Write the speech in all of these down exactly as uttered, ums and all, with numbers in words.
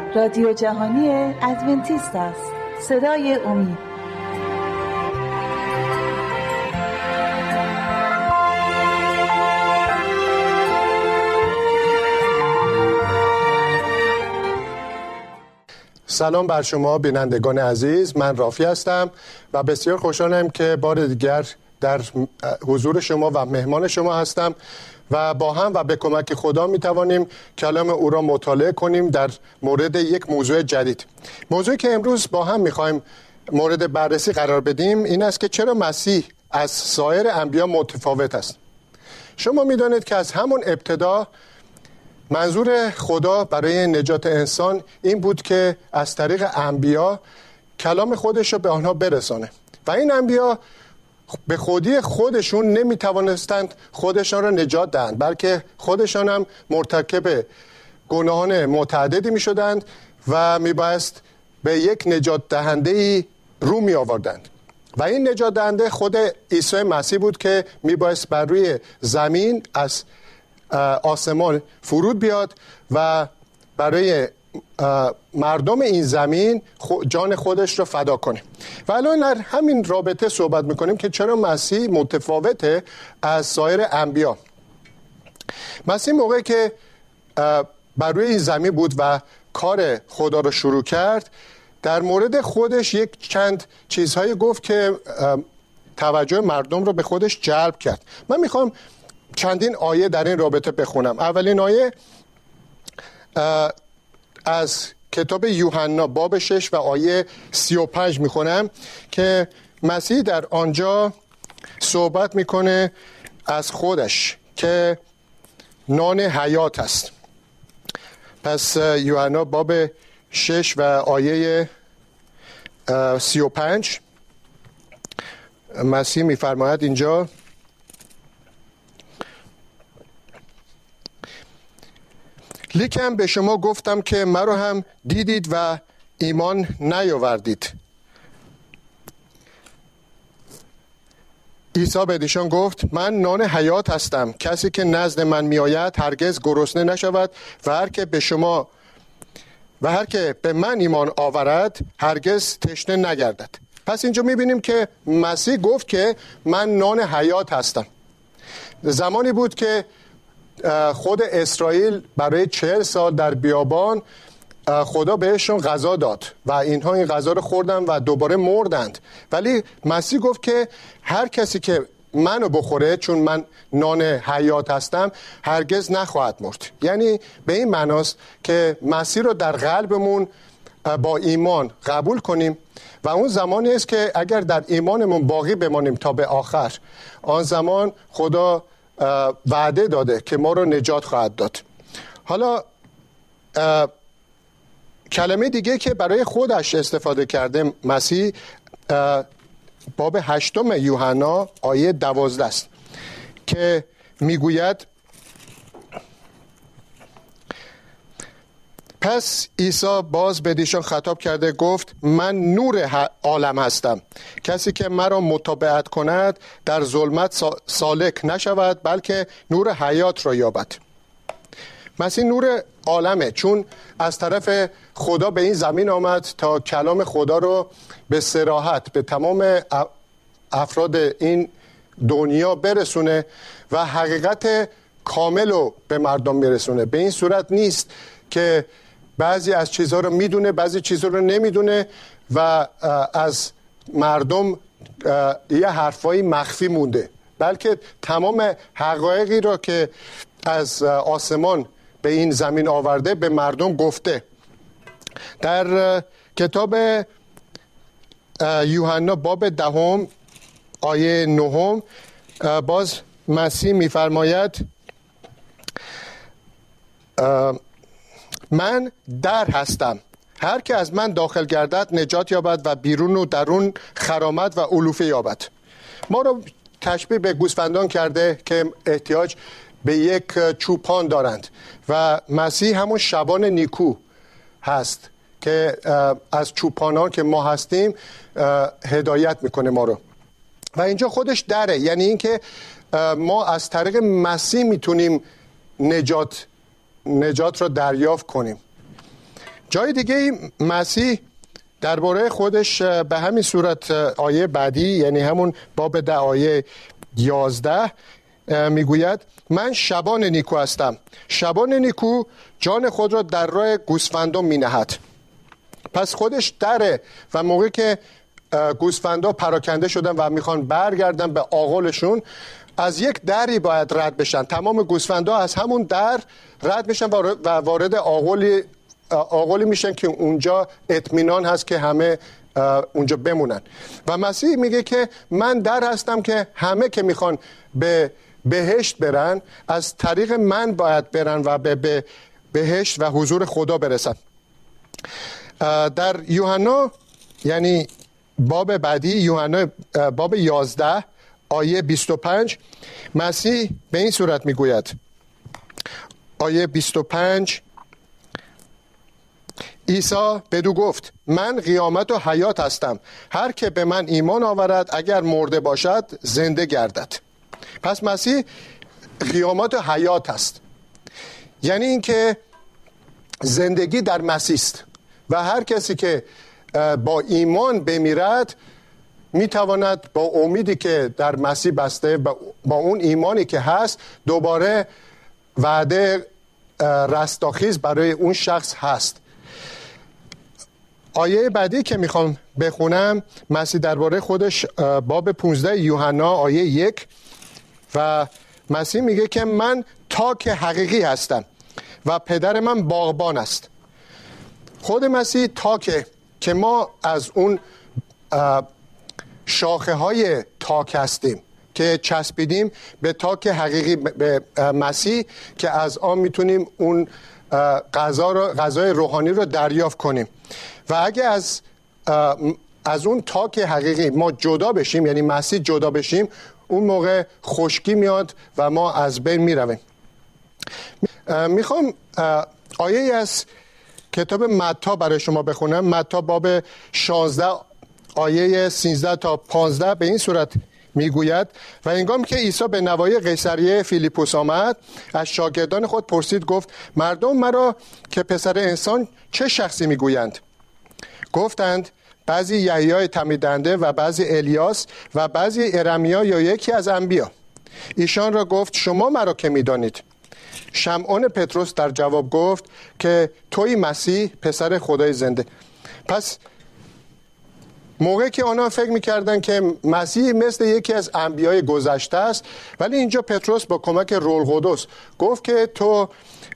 رادیو جهانی ادونتیست است. صدای امید. سلام بر شما بینندگان عزیز، من رافی هستم و بسیار خوشحالم که بار دیگر در حضور شما و مهمان شما هستم و با هم و به کمک خدا می توانیم کلام او را مطالعه کنیم در مورد یک موضوع جدید. موضوعی که امروز با هم می خواهیم مورد بررسی قرار بدیم این است که چرا مسیح از سایر انبیا متفاوت است. شما می دانید که از همون ابتدا منظور خدا برای نجات انسان این بود که از طریق انبیا کلام خودش رو به آنها برسانه و این انبیا به خودی خودشون نمی توانستند خودشان را نجات دهند، بلکه خودشان هم مرتکب گناهان متعددی می شدند و می بایست به یک نجات دهنده‌ای رو می آوردند و این نجات دهنده خود عیسی مسیح بود که می بایست بر روی زمین از آسمان فرود بیاد و برای مردم این زمین جان خودش رو فدا کنه. و الان در همین رابطه صحبت میکنیم که چرا مسیح متفاوته از سایر انبیا. مسیح موقعی که بر روی این زمین بود و کار خدا رو شروع کرد، در مورد خودش یک چند چیزهایی گفت که توجه مردم رو به خودش جلب کرد. من میخوام چندین آیه در این رابطه بخونم. اولین آیه از کتاب یوحنا باب شش و آیه سی و پنج میخونم که مسیح در آنجا صحبت میکنه از خودش که نان حیات است. پس یوحنا باب شش و آیه سی و پنج مسیح میفرماید اینجا: لیکن به شما گفتم که مرا هم دیدید و ایمان نیاوردید. عیسی به ایشان گفت: من نان حیات هستم، کسی که نزد من می آید هرگز گرسنه نشود و هر که به شما و هر که به من ایمان آورد هرگز تشنه نگردد. پس اینجا می بینیم که مسیح گفت که من نان حیات هستم. زمانی بود که خود اسرائیل برای چهل سال در بیابان خدا بهشون غذا داد و اینها این غذا رو خوردن و دوباره مردند، ولی مسیح گفت که هر کسی که منو بخوره، چون من نان حیات هستم، هرگز نخواهد مرد. یعنی به این معناست که مسیح رو در قلبمون با ایمان قبول کنیم و اون زمانی است که اگر در ایمانمون باقی بمانیم تا به آخر، آن زمان خدا وعده داده که ما رو نجات خواهد داد. حالا کلمه دیگه که برای خودش استفاده کرده مسیح باب هشتم یوحنا آیه دوازده است که میگوید: پس عیسی باز به ایشان خطاب کرده گفت: من نور عالم هستم، کسی که مرا متابعت کند در ظلمت سالک نشود بلکه نور حیات را یابد. مسیح نور عالمه، چون از طرف خدا به این زمین آمد تا کلام خدا رو به صراحت به تمام افراد این دنیا برسونه و حقیقت کامل رو به مردم میرسونه. به این صورت نیست که بعضی از چیزها رو میدونه، بعضی چیزها رو نمیدونه و از مردم یه حرفایی مخفی مونده، بلکه تمام حقایقی را که از آسمان به این زمین آورده به مردم گفته. در کتاب یوحنا باب دهم آیه نهم باز مسیح میفرماید: من در هستم، هر که از من داخل گردد نجات یابد و بیرون و درون خرامت و علوفه یابد. ما رو تشبیه به گوسفندان کرده که احتیاج به یک چوپان دارند و مسیح همون شبان نیکو هست که از چوپانان که ما هستیم هدایت میکنه ما رو. و اینجا خودش دره، یعنی اینکه ما از طریق مسیح میتونیم نجات نجات را دریافت کنیم. جای دیگه مسیح درباره خودش به همین صورت آیه بعدی، یعنی همون باب ده آیه یازده میگوید من شبان نیکو هستم. شبان نیکو جان خود را در راه گوسفندان مینهد. پس خودش دره و موقعی که گوسفندا پراکنده شدن و میخوان برگردن به آغلشون، از یک دری باید رد بشن. تمام گوسفندا از همون در رد میشن و وارد آغلی آغلی میشن که اونجا اطمینان هست که همه اونجا بمونن. و مسیح میگه که من در هستم که همه که میخوان به بهشت برن از طریق من باید برن و به بهشت و حضور خدا برسن. در یوحنا، یعنی باب بعدی، یوحنا باب یازده آیه بیست و پنج، مسیح به این صورت میگوید، آیه بیست و پنج، عیسی بدو گفت من قیامت و حیات هستم، هر که به من ایمان آورد اگر مرده باشد زنده گردد. پس مسیح قیامت و حیات است، یعنی اینکه زندگی در مسیح است و هر کسی که با ایمان بمیرد میتواند با امیدی که در مسیح بسته، با اون ایمانی که هست، دوباره وعده رستاخیز برای اون شخص هست. آیه بعدی که میخوام بخونم، مسیح درباره خودش باب پانزده یوحنا آیه یک، و مسیح میگه که من تاک حقیقی هستم و پدر من باغبان است. خود مسیح تاکه که ما از اون شاخه های تاک هستیم که چسبیدیم به تاک حقیقی، به مسیح، که از آن میتونیم اون غذا رو، غذای روحانی رو دریافت کنیم. و اگه از از اون تاک حقیقی ما جدا بشیم، یعنی مسیح جدا بشیم، اون موقع خشکی میاد و ما از بین میرویم. میخوام آیه از کتاب متی برای شما بخونم. متی باب شانزده آیه سیزده تا پانزده به این صورت میگوید و هنگامی که عیسی به نواحی قیصریه فیلیپوس آمد، از شاگردان خود پرسید، گفت مردم مرا که پسر انسان چه شخصی میگویند؟ گفتند بعضی یحیی تمیدنده و بعضی الیاس و بعضی ارمیا یا یکی از انبیا. ایشان را گفت شما مرا که میدانید؟ شمعون پتروس در جواب گفت که توی مسیح پسر خدای زنده. پس موقعی که آنها فکر میکردن که مسیح مثل یکی از انبیای گذشته است، ولی اینجا پتروس با کمک روح القدس گفت که تو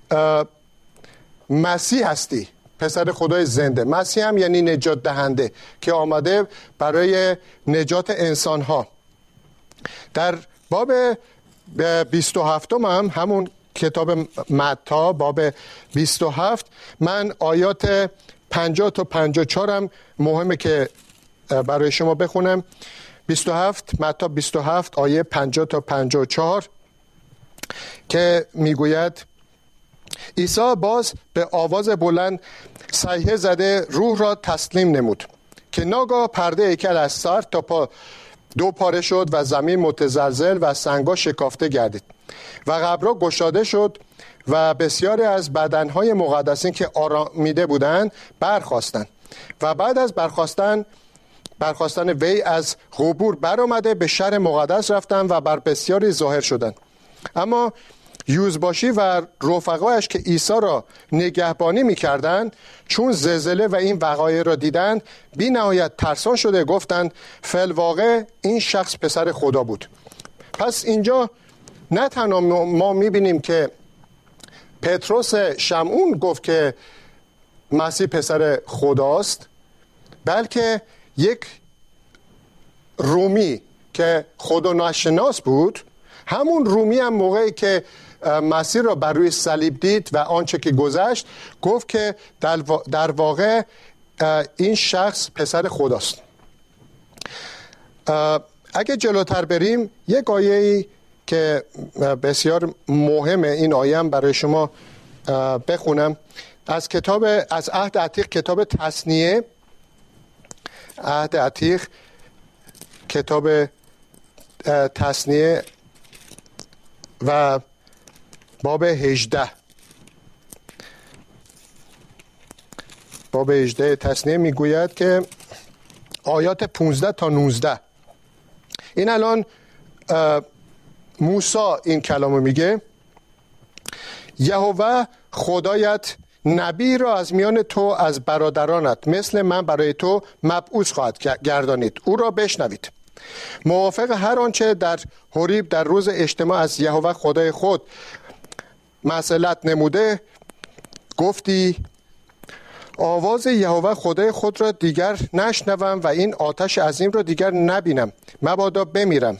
مسیح هستی، پسر خدای زنده. مسیح هم یعنی نجات دهنده که آمده برای نجات انسانها. در باب بیست و هفت هم همون کتاب متی باب بیست و هفت، من آیات پنجاه تا پنجاه و چهار هم مهمه که برای شما بخونم. بیست و هفت، متی بیست و هفت آیه پنجاه تا پنجاه و چهار که میگوید عیسی باز به آواز بلند صیحه زده روح را تسلیم نمود که ناگاه پرده هیکل از سر تا پا دو پاره شد و زمین متزلزل و سنگا شکافته گردید و قبرها گشاده شد و بسیاری از بدنهای مقدسین که آرامیده بودند برخاستند و بعد از برخاستن برخاستن وی از قبور برآمده به شهر مقدس رفتند و بر بسیاری ظاهر شدند. اما یوزباشی و رفقایش که عیسی را نگهبانی می‌کردند چون زلزله و این وقایع را دیدند بی نهایت ترسان شده گفتند فی‌الواقع این شخص پسر خدا بود. پس اینجا نه تنها ما می‌بینیم که پتروس شمعون گفت که مسیح پسر خداست، بلکه یک رومی که خدا ناشناس بود، همون رومی هم موقعی که مسیح را بر روی صلیب دید و آنچه که گذشت گفت که در واقع این شخص پسر خداست. اگه جلوتر بریم یک آیه‌ای که بسیار مهمه، این آیه هم برای شما بخونم از کتاب از عهد عتیق، کتاب تثنیه، عهد عتیق کتاب تثنیه و باب هجده باب هجده تثنیه میگوید که آیات پانزده تا نوزده، این الان موسی این کلامو میگه: یهوه خدایت نبی را از میان تو از برادرانت مثل من برای تو مبعوث خواهد گردانید، او را بشنوید. موافق هر آنچه در حریب در روز اجتماع از یهوه خدای خود مسئلت نموده گفتی آواز یهوه خدای خود را دیگر نشنوم و این آتش عظیم را دیگر نبینم، مبادا بمیرم.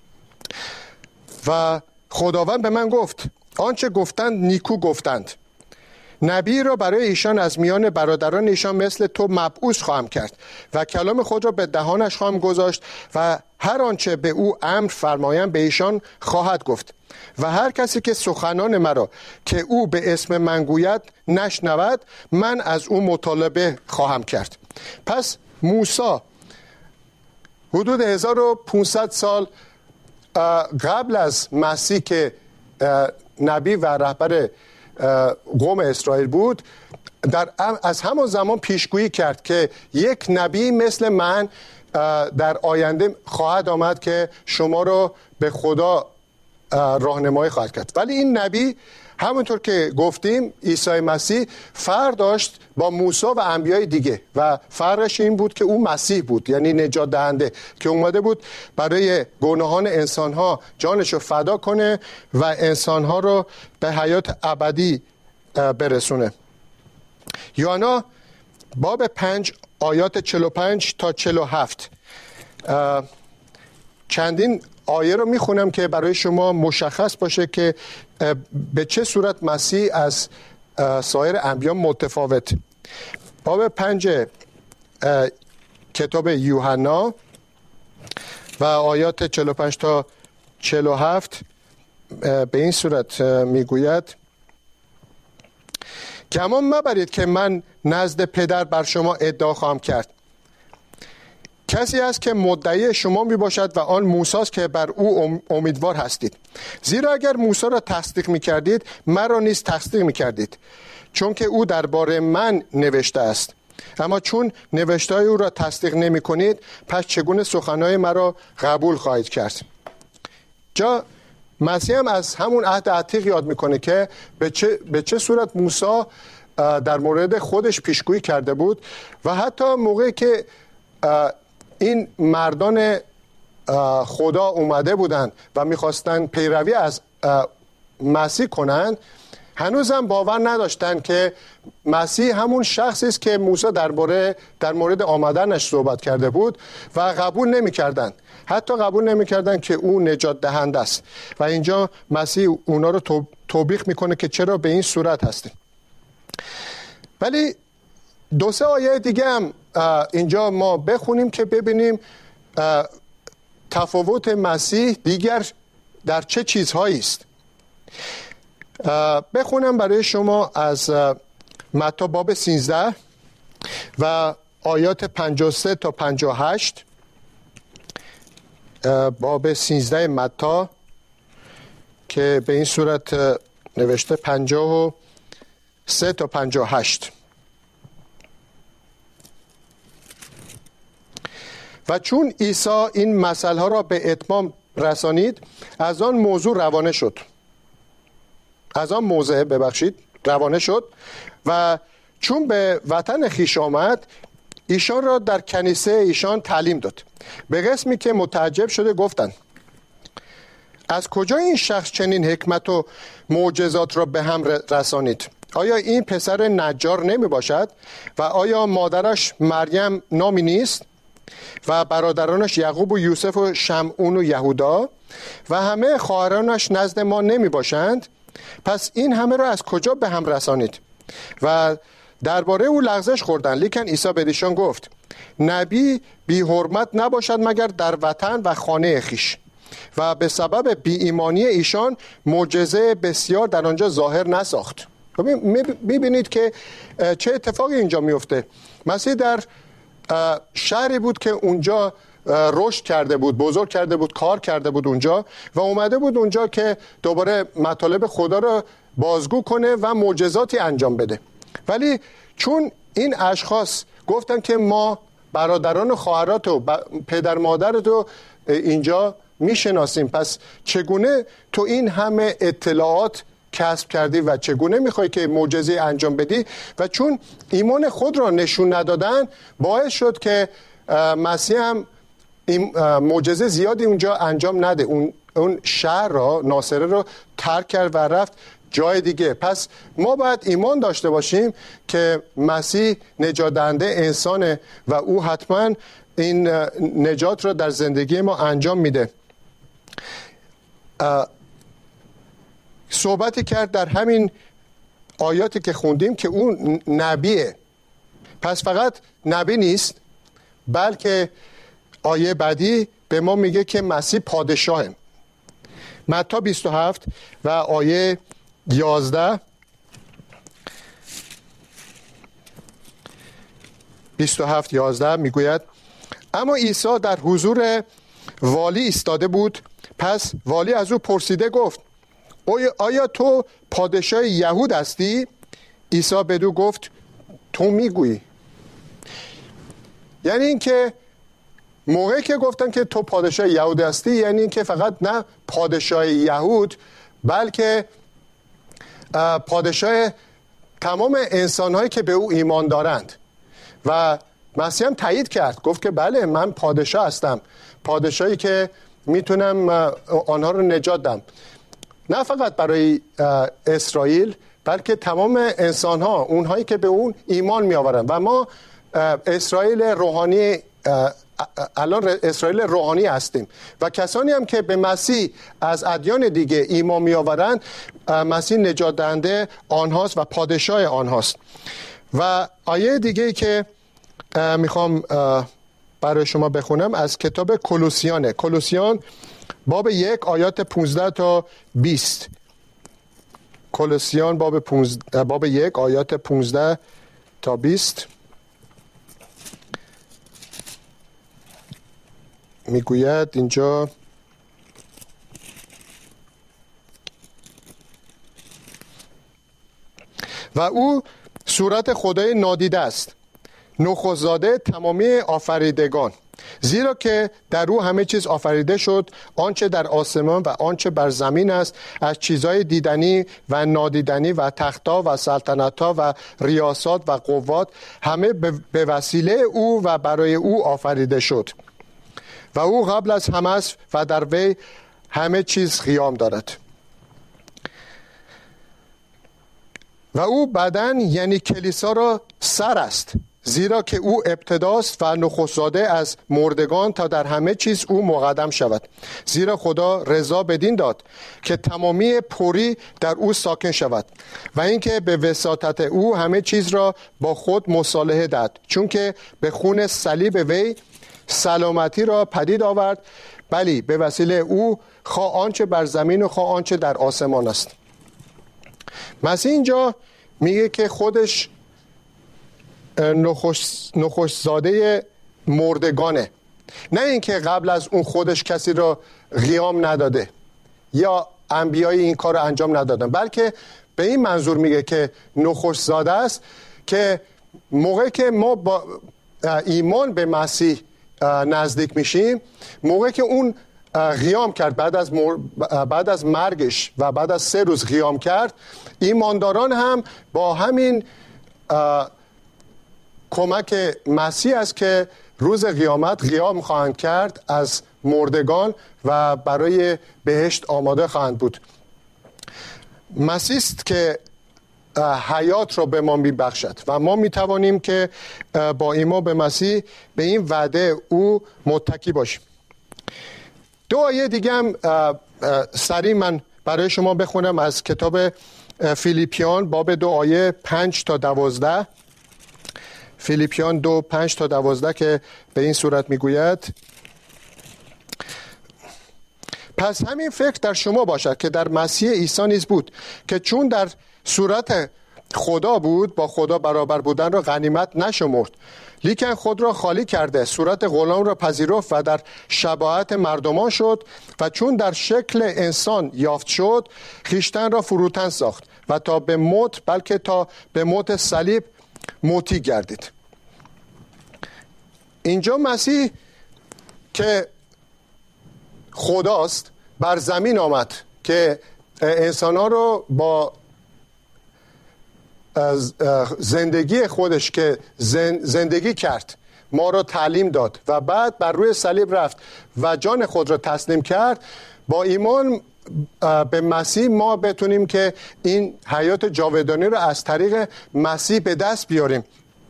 و خداوند به من گفت آنچه گفتند نیکو گفتند، نبی را برای ایشان از میان برادران ایشان مثل تو مبعوث خواهم کرد و کلام خود را به دهانش خواهم گذاشت و هر آنچه به او امر فرمایم به ایشان خواهد گفت و هر کسی که سخنان مرا که او به اسم من گوید نشنود، من از او مطالبه خواهم کرد. پس موسی حدود هزار و پانصد سال قبل از مسیح که نبی و رهبر قوم اسرائیل بود، در از همان زمان پیشگویی کرد که یک نبی مثل من در آینده خواهد آمد که شما رو به خدا راهنمایی خواهد کرد. ولی این نبی همونطور که گفتیم عیسی مسیح فرق داشت با موسی و انبیای دیگه و فرقش این بود که او مسیح بود، یعنی نجات دهنده که اومده بود برای گناهان انسانها جانش رو فدا کنه و انسانها رو به حیات ابدی برسونه. یوحنا باب پنج آیات چهل و پنج تا چهل و هفت، چندین آیه رو میخونم که برای شما مشخص باشه که به چه صورت مسیح از سایر انبیا متفاوت. باب پنج کتاب یوحنا و آیات چهل و پنج تا چهل و هفت به این صورت میگوید: گمان مبرید که من نزد پدر بر شما ادعا خواهم کرد. کسی است که مدعی شما می باشد و آن موسی است که بر او امیدوار هستید. زیرا اگر موسی را تصدیق می کردید، مرا نیز تصدیق می کردید، چون که او درباره من نوشته است. اما چون نوشته او را تصدیق نمی کنید، پس چگونه سخنهای مرا قبول خواهید کرد؟ جا مسیح هم از همون عهد عتیق یاد میکنه که به چه, به چه صورت موسی در مورد خودش پیشگویی کرده بود و حتی موقعی که این مردان خدا اومده بودن و میخواستن پیروی از مسیح کنن، هنوزم باور نداشتن که مسیح همون شخصی است که موسی درباره در مورد آمدنش صحبت کرده بود و قبول نمیکردن. حتی قبول نمیکردن که او نجات دهنده است. و اینجا مسیح اونا رو توبیخ میکنه که چرا به این صورت هستیم. ولی دو سه آیه دیگه هم اینجا ما بخونیم که ببینیم تفاوت مسیح دیگر در چه چیزهایی است. بخونم برای شما از متی باب سیزده و آیات پنجاه و سه تا پنجاه و هشت. باب سیزده متی که به این صورت نوشته پنجاه و سه تا پنجاه و هشت. و چون عیسی این مسئله ها را به اتمام رسانید، از آن موضوع روانه شد از آن موضع ببخشید روانه شد و چون به وطن خویش آمد، ایشان را در کنیسه ایشان تعلیم داد. به قسمی که متعجب شده گفتند: از کجا این شخص چنین حکمت و معجزات را به هم رسانید؟ آیا این پسر نجار نمی باشد؟ و آیا مادرش مریم نامی نیست؟ و برادرانش یعقوب و یوسف و شمعون و یهودا و همه خواهرانش نزد ما نمی باشند؟ پس این همه را از کجا به هم رسانید؟ و درباره او لغزش خوردند. لیکن عیسی به ایشان گفت: نبی بی حرمت نباشد مگر در وطن و خانه خویش. و به سبب بی ایمانی ایشان معجزه بسیار در آنجا ظاهر نساخت. میبینید که چه اتفاقی اینجا میفته. مسیح در شهری بود که اونجا رشد کرده بود، بزرگ کرده بود، کار کرده بود اونجا و اومده بود اونجا که دوباره مطالب خدا رو بازگو کنه و معجزاتی انجام بده. ولی چون این اشخاص گفتن که ما برادران و خواهرات و پدر مادرت رو اینجا میشناسیم، پس چگونه تو این همه اطلاعات کسب کردی و چگونه میخوای که معجزه انجام بدی؟ و چون ایمان خود را نشون ندادن باعث شد که مسیح هم معجزه زیادی اونجا انجام نده. اون اون شهر را، ناصره رو ترک کرد و رفت جای دیگه. پس ما باید ایمان داشته باشیم که مسیح نجات دهنده انسانه و او حتما این نجات رو در زندگی ما انجام میده. صحبتی کرد در همین آیاتی که خوندیم که اون نبیه. پس فقط نبی نیست، بلکه آیه بعدی به ما میگه که مسیح پادشاهه. متی بیست و هفت و آیه یازده، بیست و هفت یازده میگوید اما عیسی در حضور والی ایستاده بود. پس والی از او پرسیده گفت آیا تو پادشاه یهود هستی؟ عیسی بدو گفت تو میگویی. یعنی این که موقعی که گفتن که تو پادشاه یهود هستی، یعنی این که فقط نه پادشاه یهود، بلکه پادشاه تمام انسان‌هایی که به او ایمان دارند. و مسیح هم تایید کرد، گفت که بله من پادشاه هستم، پادشاهی که میتونم آنها رو نجات دم، نه فقط برای اسرائیل بلکه تمام انسان‌ها، اونهایی که به اون ایمان میآورند. و ما اسرائیل روحانی، الان اسرائیل روحانی هستیم و کسانی هم که به مسیح از ادیان دیگه ایمان میآورند، مسیح نجات دهنده آنهاست و پادشاه آنهاست. و آیه دیگه که میخوام برای شما بخونم از کتاب کولوسیانه. کولوسیان باب یک آیات پانزده تا بیست. کولوسیان باب, پونزده باب یک آیات پانزده تا بیست میگوید اینجا و او صورت خدای نادیده است، نخست‌زاده تمامی آفریدگان، زیرا که در او همه چیز آفریده شد، آنچه در آسمان و آنچه بر زمین است، از چیزهای دیدنی و نادیدنی و تخت‌ها و سلطنت‌ها و ریاست و قوات، همه به وسیله او و برای او آفریده شد. و او قبل از همه است و در وی همه چیز قیام دارد. و او بدن یعنی کلیسا را سر است، زیرا که او ابتداست و نخست‌زاده از مردگان تا در همه چیز او مقدم شود. زیرا خدا رضا بدین داد که تمامی پوری در او ساکن شود و اینکه به وساطت او همه چیز را با خود مصالحه داد، چون که به خون صلیب وی سلامتی را پدید آورد، بلی به وسیله او خواه آنچه بر زمین و خواه آنچه در آسمان است. مسیح اینجا میگه که خودش نخست نخست‌زاده مردگانه، نه اینکه قبل از اون خودش کسی را قیام نداده یا انبیای این کار رو انجام ندادن، بلکه به این منظور میگه که نخست‌زاده است که موقعی که ما با ایمان به مسیح نزدیک میشیم، موقعی که اون قیام کرد، بعد از مر... بعد از مرگش و بعد از سه روز قیام کرد، ایمانداران هم با همین کمک مسیح است که روز قیامت قیام خواهند کرد از مردگان و برای بهشت آماده خواهند بود. مسیح است که حیات را به ما میبخشد و ما میتوانیم که با ایمان به مسیح به این وعده او متکی باشیم. دو آیه دیگه هم سریع من برای شما بخونم از کتاب فیلیپیان باب دو آیه پنج تا دوازده. فیلیپیان دو پنج تا دوازده که به این صورت میگوید پس همین فکر در شما باشد که در مسیح عیسی نیز بود، که چون در صورت خدا بود با خدا برابر بودن را غنیمت نشمرد، لیکن خود را خالی کرده صورت غلام را پذیرفت و در شباهت مردمان شد و چون در شکل انسان یافت شد خویشتن را فروتن ساخت و تا به موت، بلکه تا به موت صلیب مطیع گردید. اینجا مسیح که خداست بر زمین آمد که انسان‌ها رو با زندگی خودش که زندگی کرد ما رو تعلیم داد و بعد بر روی صلیب رفت و جان خود را تسلیم کرد. با ایمان به مسیح ما بتونیم که این حیات جاودانی رو از طریق مسیح به دست بیاریم.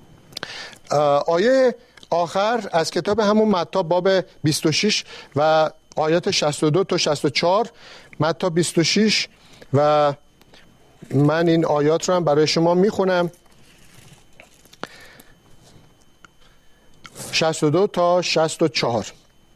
آیه آخر از کتاب همون متی باب بیست و شش و آیات شصت و دو تا شصت و چهار، متی بیست و شش و من این آیات رو هم برای شما میخونم، شصت و دو تا شصت و چهار.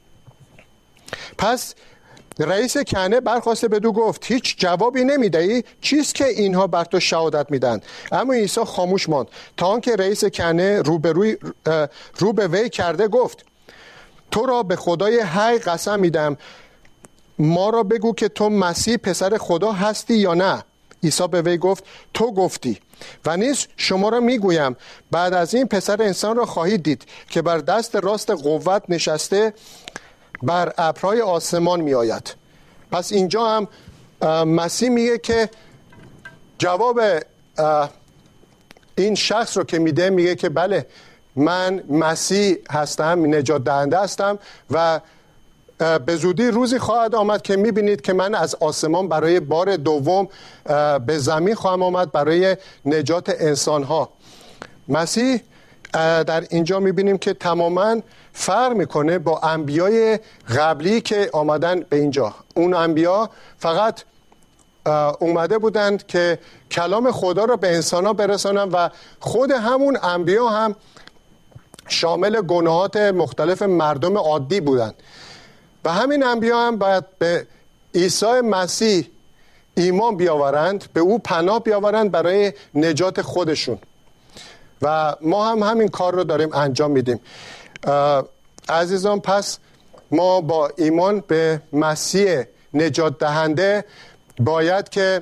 پس رئیس کهنه برخاسته بدو گفت هیچ جوابی نمیدهی؟ چیست که اینها بر تو شهادت میدن؟ اما عیسی خاموش ماند تا آنکه رئیس کهنه رو به روی رو به وی کرده گفت تو را به خدای حی قسم میدم ما را بگو که تو مسیح پسر خدا هستی یا نه. عیسی به وی گفت تو گفتی و نیز شما را میگویم بعد از این پسر انسان را خواهید دید که بر دست راست قوت نشسته بر ابرهای آسمان می آید. پس اینجا هم مسیح میگه که جواب این شخص رو که میده میگه که بله من مسیح هستم، نجات دهنده هستم و به زودی روزی خواهد آمد که میبینید که من از آسمان برای بار دوم به زمین خواهم آمد برای نجات انسانها. مسیح در اینجا میبینیم که تماما فرق میکنه با انبیای قبلی که آمدن به اینجا. اون انبیا فقط اومده بودند که کلام خدا رو به انسانها برسانن و خود همون انبیا هم شامل گناهات مختلف مردم عادی بودند و همین انبیا هم باید به عیسی مسیح ایمان بیاورند، به او پناه بیاورند برای نجات خودشون و ما هم همین کار رو داریم انجام میدیم. عزیزان پس ما با ایمان به مسیح نجات دهنده باید که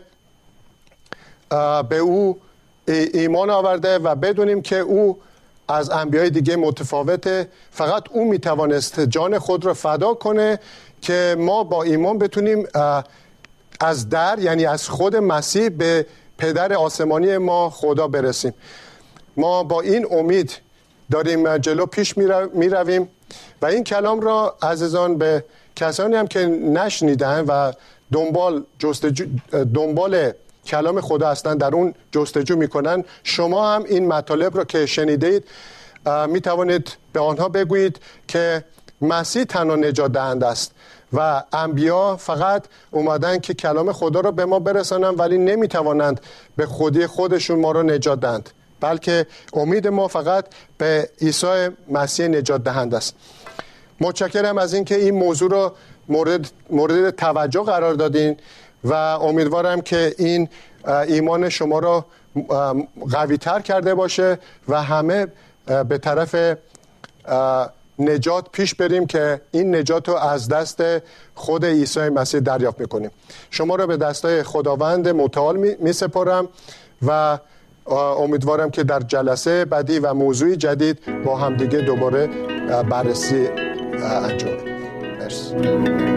به او ایمان آورده و بدونیم که او از انبیای دیگه متفاوته. فقط او میتوانست جان خود را فدا کنه که ما با ایمان بتونیم از در یعنی از خود مسیح به پدر آسمانی ما خدا برسیم. ما با این امید داریم جلو پیش می رویم و این کلام را عزیزان به کسانی هم که نشنیدن و دنبال جستجو دنبال کلام خدا هستند در اون جستجو میکنن، شما هم این مطالب را که شنیدید می توانید به آنها بگویید که مسیح تنها نجات دهنده است و انبیا فقط اومدن که کلام خدا را به ما برسانن ولی نمی توانند به خودی خودشون ما را نجات دهند، بلکه امید ما فقط به عیسی مسیح نجات دهنده است. متشکرم از اینکه این موضوع را مورد مورد توجه قرار دادین و امیدوارم که این ایمان شما را قوی تر کرده باشه و همه به طرف نجات پیش بریم که این نجات رو از دست خود عیسی مسیح دریافت میکنیم. شما را به دستای خداوند متعال می سپارم و امیدوارم که در جلسه بعدی و موضوع جدید با همدیگه دوباره بررسی انجام بدیم. مرسی.